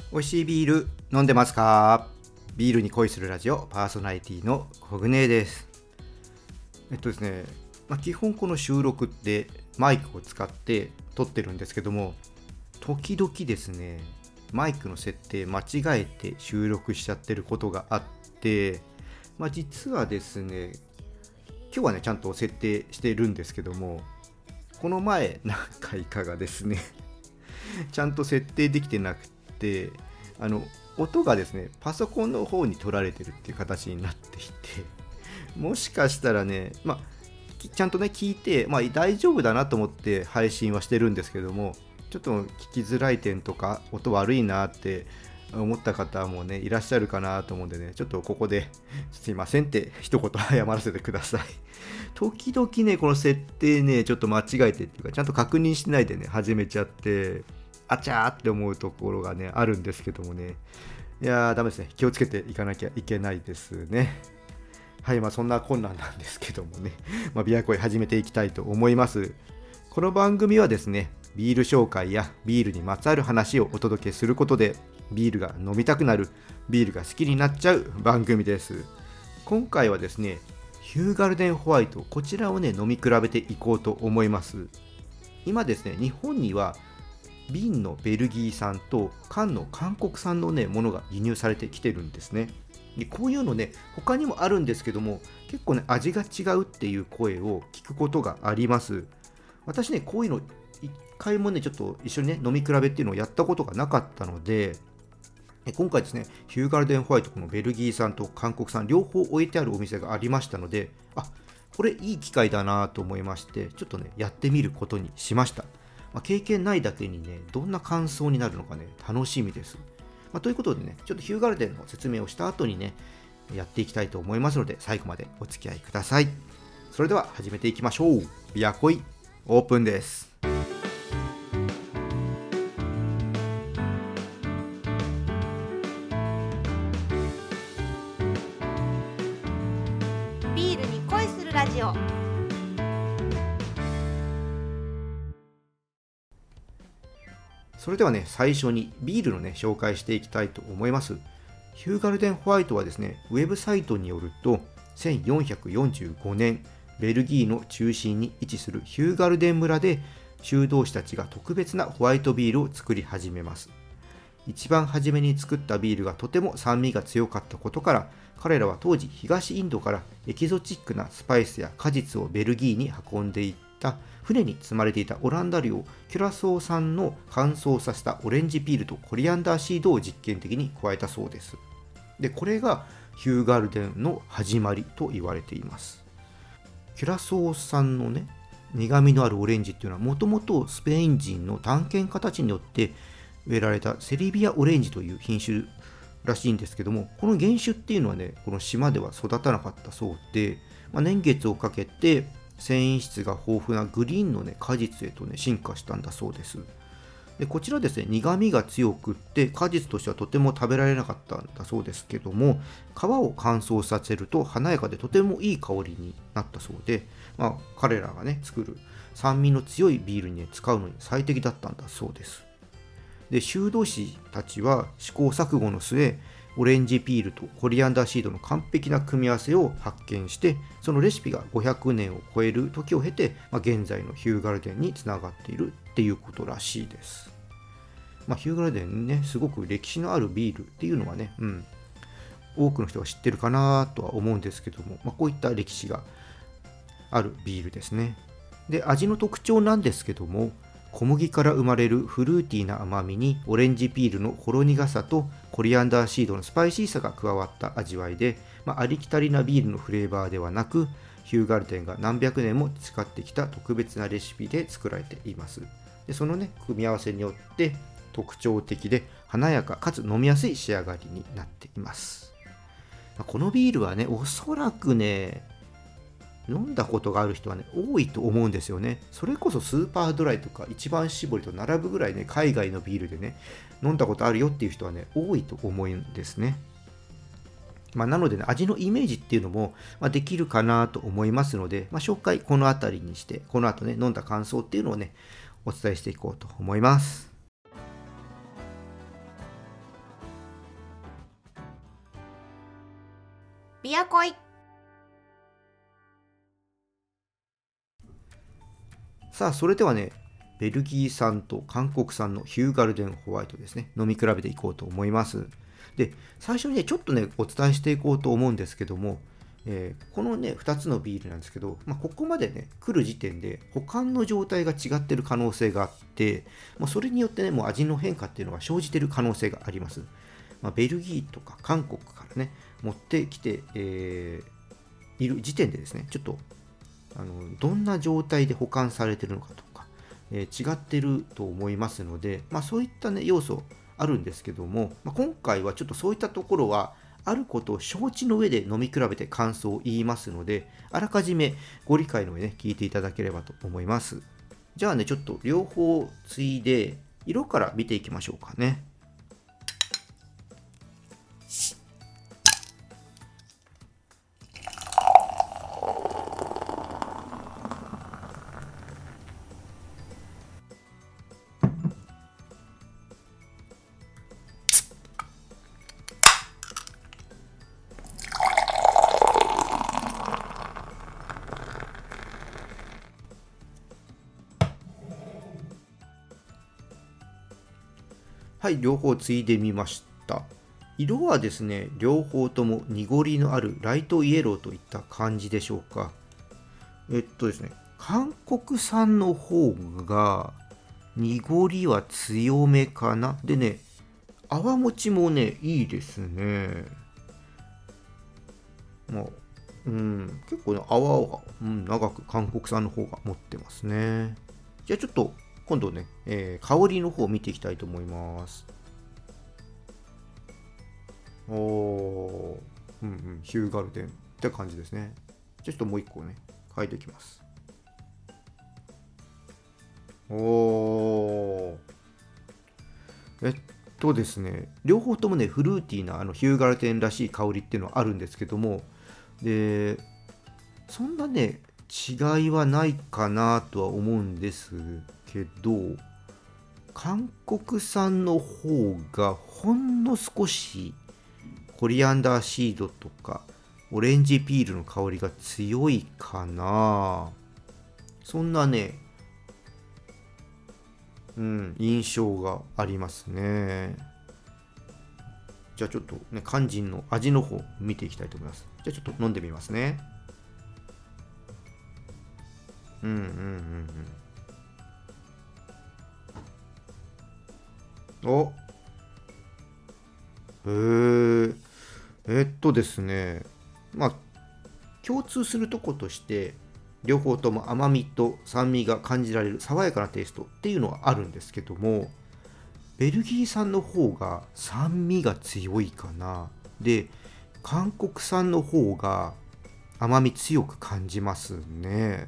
美味しいビール飲んでますか？ビールに恋するラジオパーソナリティのコグネです。ですね、基本この収録ってマイクを使って撮ってるんですけども、時々ですね、マイクの設定間違えて収録しちゃってることがあって、実はですね、今日はねちゃんと設定してるんですけども、この前何回かがですねちゃんと設定できてなくて、音がですねパソコンの方に取られてるっていう形になっていて、もしかしたらね、ちゃんとね聞いて、大丈夫だなと思って配信はしてるんですけども、ちょっと聞きづらい点とか音悪いなって思った方もねいらっしゃるかなと思うんでね、ちょっとここですいませんって一言謝らせてください。時々ねこの設定ねちょっと間違えてっていうか、ちゃんと確認してないでね始めちゃって、あちゃーって思うところがねあるんですけどもね、いやーダメですね、気をつけていかなきゃいけないですね。はい、そんな困難なんですけどもね、ビアコイ始めていきたいと思います。この番組はですね、ビール紹介やビールにまつわる話をお届けすることで、ビールが飲みたくなる、ビールが好きになっちゃう番組です。今回はですね、ヒューガルデンホワイト、こちらをね飲み比べていこうと思います。今ですね、日本には瓶のベルギー産と缶の韓国産のねものが輸入されてきてるんですね。でこういうのね他にもあるんですけども、結構ね味が違うっていう声を聞くことがあります。私ねこういうの一回もねちょっと一緒にね飲み比べっていうのをやったことがなかったので、今回ですねヒューガルデンホワイト、このベルギー産と韓国産両方置いてあるお店がありましたので、これいい機会だなと思いまして、ちょっとねやってみることにしました。経験ないだけにねどんな感想になるのかね楽しみです。ということでね、ちょっとヒューガルデンの説明をした後にねやっていきたいと思いますので、最後までお付き合いください。それでは始めていきましょう。ビアコイオープンです。 ビールに恋するラジオ。 それではね最初にビールのね紹介していきたいと思います。ヒューガルデンホワイトはですね、ウェブサイトによると1445年ベルギーの中心に位置するヒューガルデン村で修道士たちが特別なホワイトビールを作り始めます。一番初めに作ったビールがとても酸味が強かったことから、彼らは当時東インドからエキゾチックなスパイスや果実をベルギーに運んでいった船に積まれていたオランダ領キュラソー産の乾燥させたオレンジピールとコリアンダーシードを実験的に加えたそうです。でこれがヒューガルデンの始まりと言われています。キュラソー産のね苦味のあるオレンジっていうのは、もともとスペイン人の探検家たちによって植えられたセリビアオレンジという品種らしいんですけども、この原種っていうのはねこの島では育たなかったそうで、年月をかけて繊維質が豊富なグリーンのね果実へとね進化したんだそうです。でこちらですね、苦味が強くって果実としてはとても食べられなかったんだそうですけども、皮を乾燥させると華やかでとてもいい香りになったそうで、彼らがね作る酸味の強いビールに、ね、使うのに最適だったんだそうです。で修道士たちは試行錯誤の末、オレンジピールとコリアンダーシードの完璧な組み合わせを発見して、そのレシピが500年を超える時を経て、現在のヒューガルデンにつながっているっていうことらしいです。ヒューガルデンねすごく歴史のあるビールっていうのはね、多くの人が知ってるかなとは思うんですけども、こういった歴史があるビールですね。で味の特徴なんですけども、小麦から生まれるフルーティーな甘みにオレンジピールのほろ苦さとコリアンダーシードのスパイシーさが加わった味わいで、ありきたりなビールのフレーバーではなく、ヒューガルデンが何百年も使ってきた特別なレシピで作られています。でそのね組み合わせによって特徴的で華やかかつ飲みやすい仕上がりになっています。このビールはねおそらくね飲んだことがある人はね多いと思うんですよね。それこそスーパードライとか一番搾りと並ぶぐらいね海外のビールでね飲んだことあるよっていう人はね多いと思うんですね。なのでね味のイメージっていうのも、できるかなと思いますので、紹介この辺りにして、この後ね飲んだ感想っていうのをねお伝えしていこうと思います。 ビアコイ。 さあ、それではね、ベルギー産と韓国産のヒューガルデンホワイトですね、飲み比べていこうと思います。で、最初にね、ちょっとね、お伝えしていこうと思うんですけども、このね、2つのビールなんですけど、ここまでね、来る時点で保管の状態が違ってる可能性があって、それによってね、もう味の変化っていうのが生じてる可能性があります。ベルギーとか韓国からね、持ってきて、いる時点でですね、ちょっとどんな状態で保管されているのかとか、違ってると思いますので、そういった、ね、要素あるんですけども、今回はちょっとそういったところはあることを承知の上で飲み比べて感想を言いますので、あらかじめご理解の上ね、聞いていただければと思います。じゃあね、ちょっと両方ついで色から見ていきましょうかね。はい、両方ついでみました。色はですね、両方とも濁りのあるライトイエローといった感じでしょうか。ですね、韓国産の方が濁りは強めかな。でね、泡持ちもね、いいですね。結構ね、泡が、長く韓国産の方が持ってますね。じゃあちょっと今度ね、香りの方を見ていきたいと思います。ヒューガルデンって感じですね。じゃあちょっともう一個ね、変えていきます。ですね、両方ともね、フルーティーなヒューガルデンらしい香りっていうのはあるんですけども、で、そんなね、違いはないかなとは思うんですけど、韓国産の方がほんの少しコリアンダーシードとかオレンジピールの香りが強いかな。そんなね、印象がありますね。じゃあちょっとね、肝心の味の方見ていきたいと思います。じゃあちょっと飲んでみますね。お、ですね、共通するとことして、両方とも甘みと酸味が感じられる爽やかなテイストっていうのはあるんですけども、ベルギー産の方が酸味が強いかな。で、韓国産の方が甘み強く感じますね。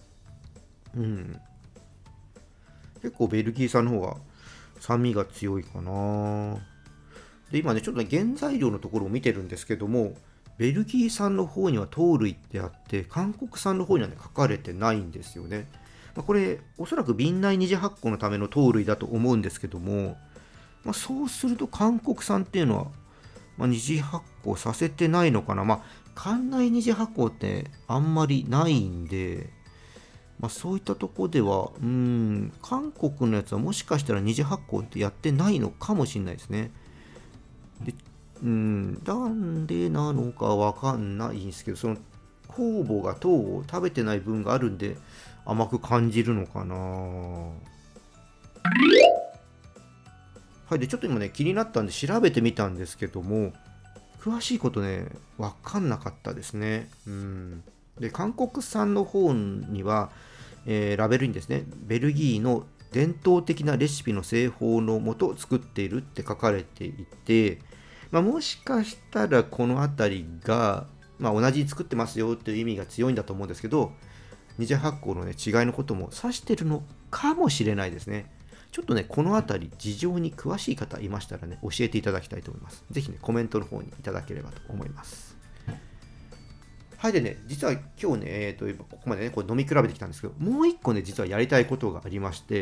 結構ベルギー産の方が酸味が強いかな。で、今ね、ちょっとね、原材料のところを見てるんですけども、ベルギー産の方には糖類ってあって、韓国産の方にはね、書かれてないんですよね。これ、おそらく瓶内二次発酵のための糖類だと思うんですけども、そうすると韓国産っていうのは、二次発酵させてないのかな。館内二次発酵ってあんまりないんで、そういったとこでは、韓国のやつはもしかしたら二次発酵ってやってないのかもしれないですね。で、なんでなのかわかんないんですけど、その酵母が糖を食べてない分があるんで甘く感じるのかな。はい、でちょっと今ね、気になったんで調べてみたんですけども、詳しいことね、わかんなかったですね。で、韓国産の方には、ラベルにですね、ベルギーの伝統的なレシピの製法のもと作っているって書かれていて、もしかしたらこの辺りが、同じに作ってますよっていう意味が強いんだと思うんですけど、二次発酵の、ね、違いのことも指してるのかもしれないですね。ちょっとね、この辺り事情に詳しい方いましたらね、教えていただきたいと思います。ぜひね、コメントの方にいただければと思います。はい、でね、実は今日ね、ここまでね、これ飲み比べてきたんですけど、もう一個ね、実はやりたいことがありまして、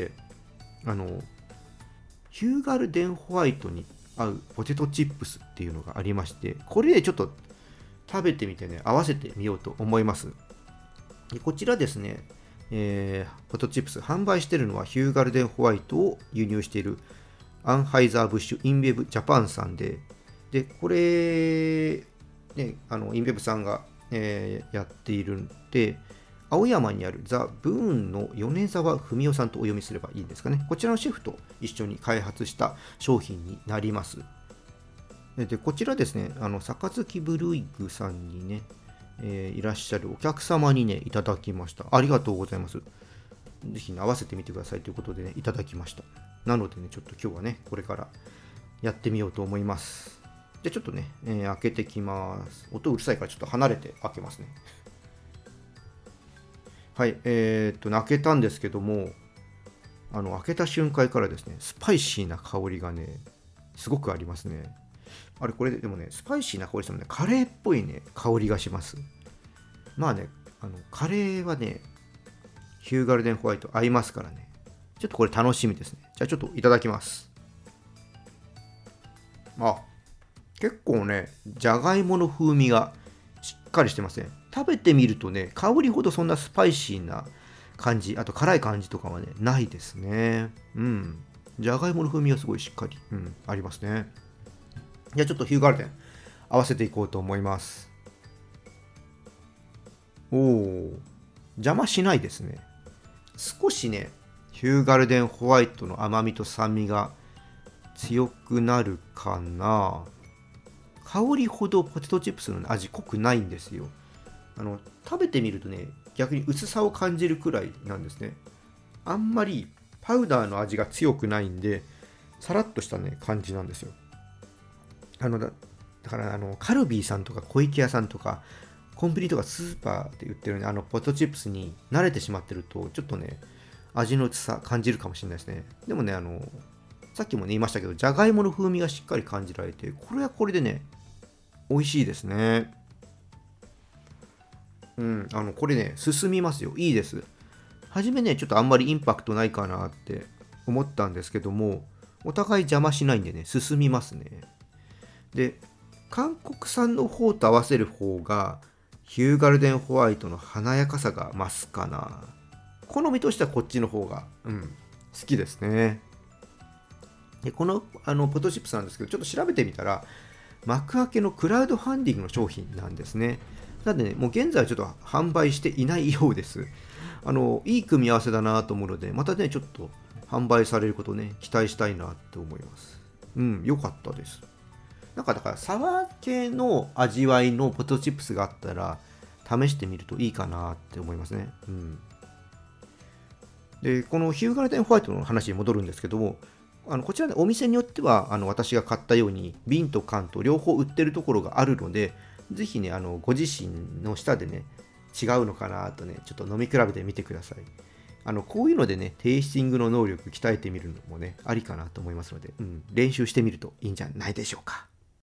ヒューガルデンホワイトに合うポテトチップスっていうのがありまして、これでちょっと食べてみてね、合わせてみようと思います。でこちらですね、ポテトチップス販売しているのはヒューガルデンホワイトを輸入しているアンハイザーブッシュインベブジャパンさんで、これ、ね、インベブさんが、やっているんで、青山にあるザ・ブーンの米沢文夫さんとお読みすればいいんですかね。こちらのシェフと一緒に開発した商品になります。でこちらですね、杯ブルイグさんにね、いらっしゃるお客様にね、いただきました。ありがとうございます。ぜひ、ね、合わせてみてくださいということでね、いただきました。なのでね、ちょっと今日はね、これからやってみようと思います。で、ちょっとね、開けてきます。音うるさいからちょっと離れて開けますね。はい、開けたんですけども、開けた瞬間からですね、スパイシーな香りがね、すごくありますね。あれ、これでもね、スパイシーな香りしてもね、カレーっぽいね、香りがします。まあね、カレーはね、ヒューガルデンホワイト合いますからね。ちょっとこれ楽しみですね。じゃあちょっといただきます。結構ね、じゃがいもの風味がしっかりしてますね。食べてみるとね、香りほどそんなスパイシーな感じ、あと辛い感じとかはね、ないですね。じゃがいもの風味がすごいしっかり、ありますね。じゃあちょっとヒューガルデン合わせていこうと思います。邪魔しないですね。少しね、ヒューガルデンホワイトの甘みと酸味が強くなるかな。香りほどポテトチップスの味濃くないんですよ。食べてみるとね、逆に薄さを感じるくらいなんですね。あんまりパウダーの味が強くないんで、さらっとしたね、感じなんですよ。だからカルビーさんとか小池屋さんとか、コンビニとかスーパーで売ってるね、ポテトチップスに慣れてしまってると、ちょっとね、味の薄さ感じるかもしれないですね。でもね、さっきも言いましたけど、じゃがいもの風味がしっかり感じられて、これはこれでね、美味しいですね。これね、進みますよ。いいです。はじめね、ちょっとあんまりインパクトないかなって思ったんですけども、お互い邪魔しないんでね、進みますね。で、韓国産の方と合わせる方が、ヒューガルデンホワイトの華やかさが増すかな。好みとしてはこっちの方が、好きですね。で、このポテトチップスなんですけど、ちょっと調べてみたら、幕開けのクラウドファンディングの商品なんですね。なのでね、もう現在はちょっと販売していないようです。いい組み合わせだなと思うので、またね、ちょっと販売されることをね、期待したいなって思います。良かったです。だからサワー系の味わいのポテトチップスがあったら、試してみるといいかなって思いますね。で、このヒューガルデンホワイトの話に戻るんですけども、こちらでお店によっては私が買ったように瓶と缶と両方売ってるところがあるので、ぜひね、ご自身の舌でね、違うのかなとね、ちょっと飲み比べてみてください。こういうのでね、テイスティングの能力鍛えてみるのもね、ありかなと思いますので、練習してみるといいんじゃないでしょうか。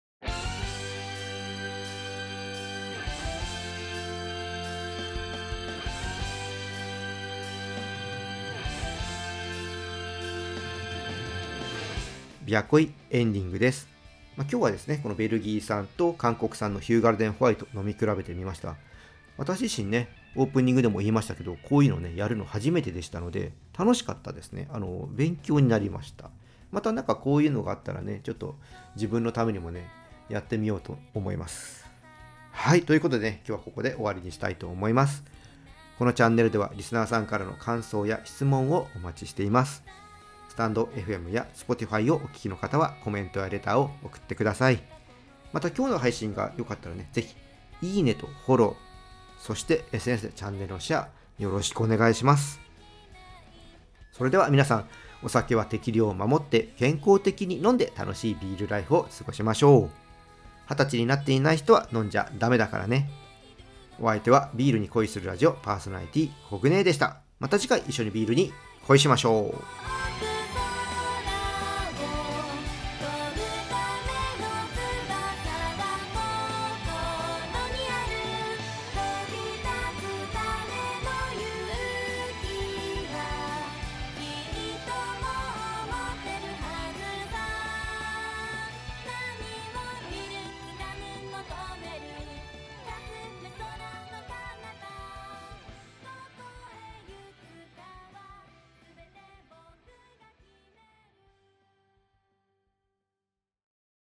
ビアコイエンディングです。今日はですね、このベルギー産と韓国産のヒューガルデンホワイト飲み比べてみました。私自身ね、オープニングでも言いましたけど、こういうのね、やるの初めてでしたので、楽しかったですね。勉強になりました。またなんかこういうのがあったらね、ちょっと自分のためにもね、やってみようと思います。はい、ということでね、今日はここで終わりにしたいと思います。このチャンネルではリスナーさんからの感想や質問をお待ちしています。スタンド FM や Spotify をお聞きの方はコメントやレターを送ってください。また今日の配信が良かったらね、ぜひいいねとフォロー、そして SNS でチャンネルのシェアよろしくお願いします。それでは皆さん、お酒は適量を守って健康的に飲んで楽しいビールライフを過ごしましょう。20歳になっていない人は飲んじゃダメだからね。お相手はビールに恋するラジオパーソナリティコグネでした。また次回一緒にビールに恋しましょう。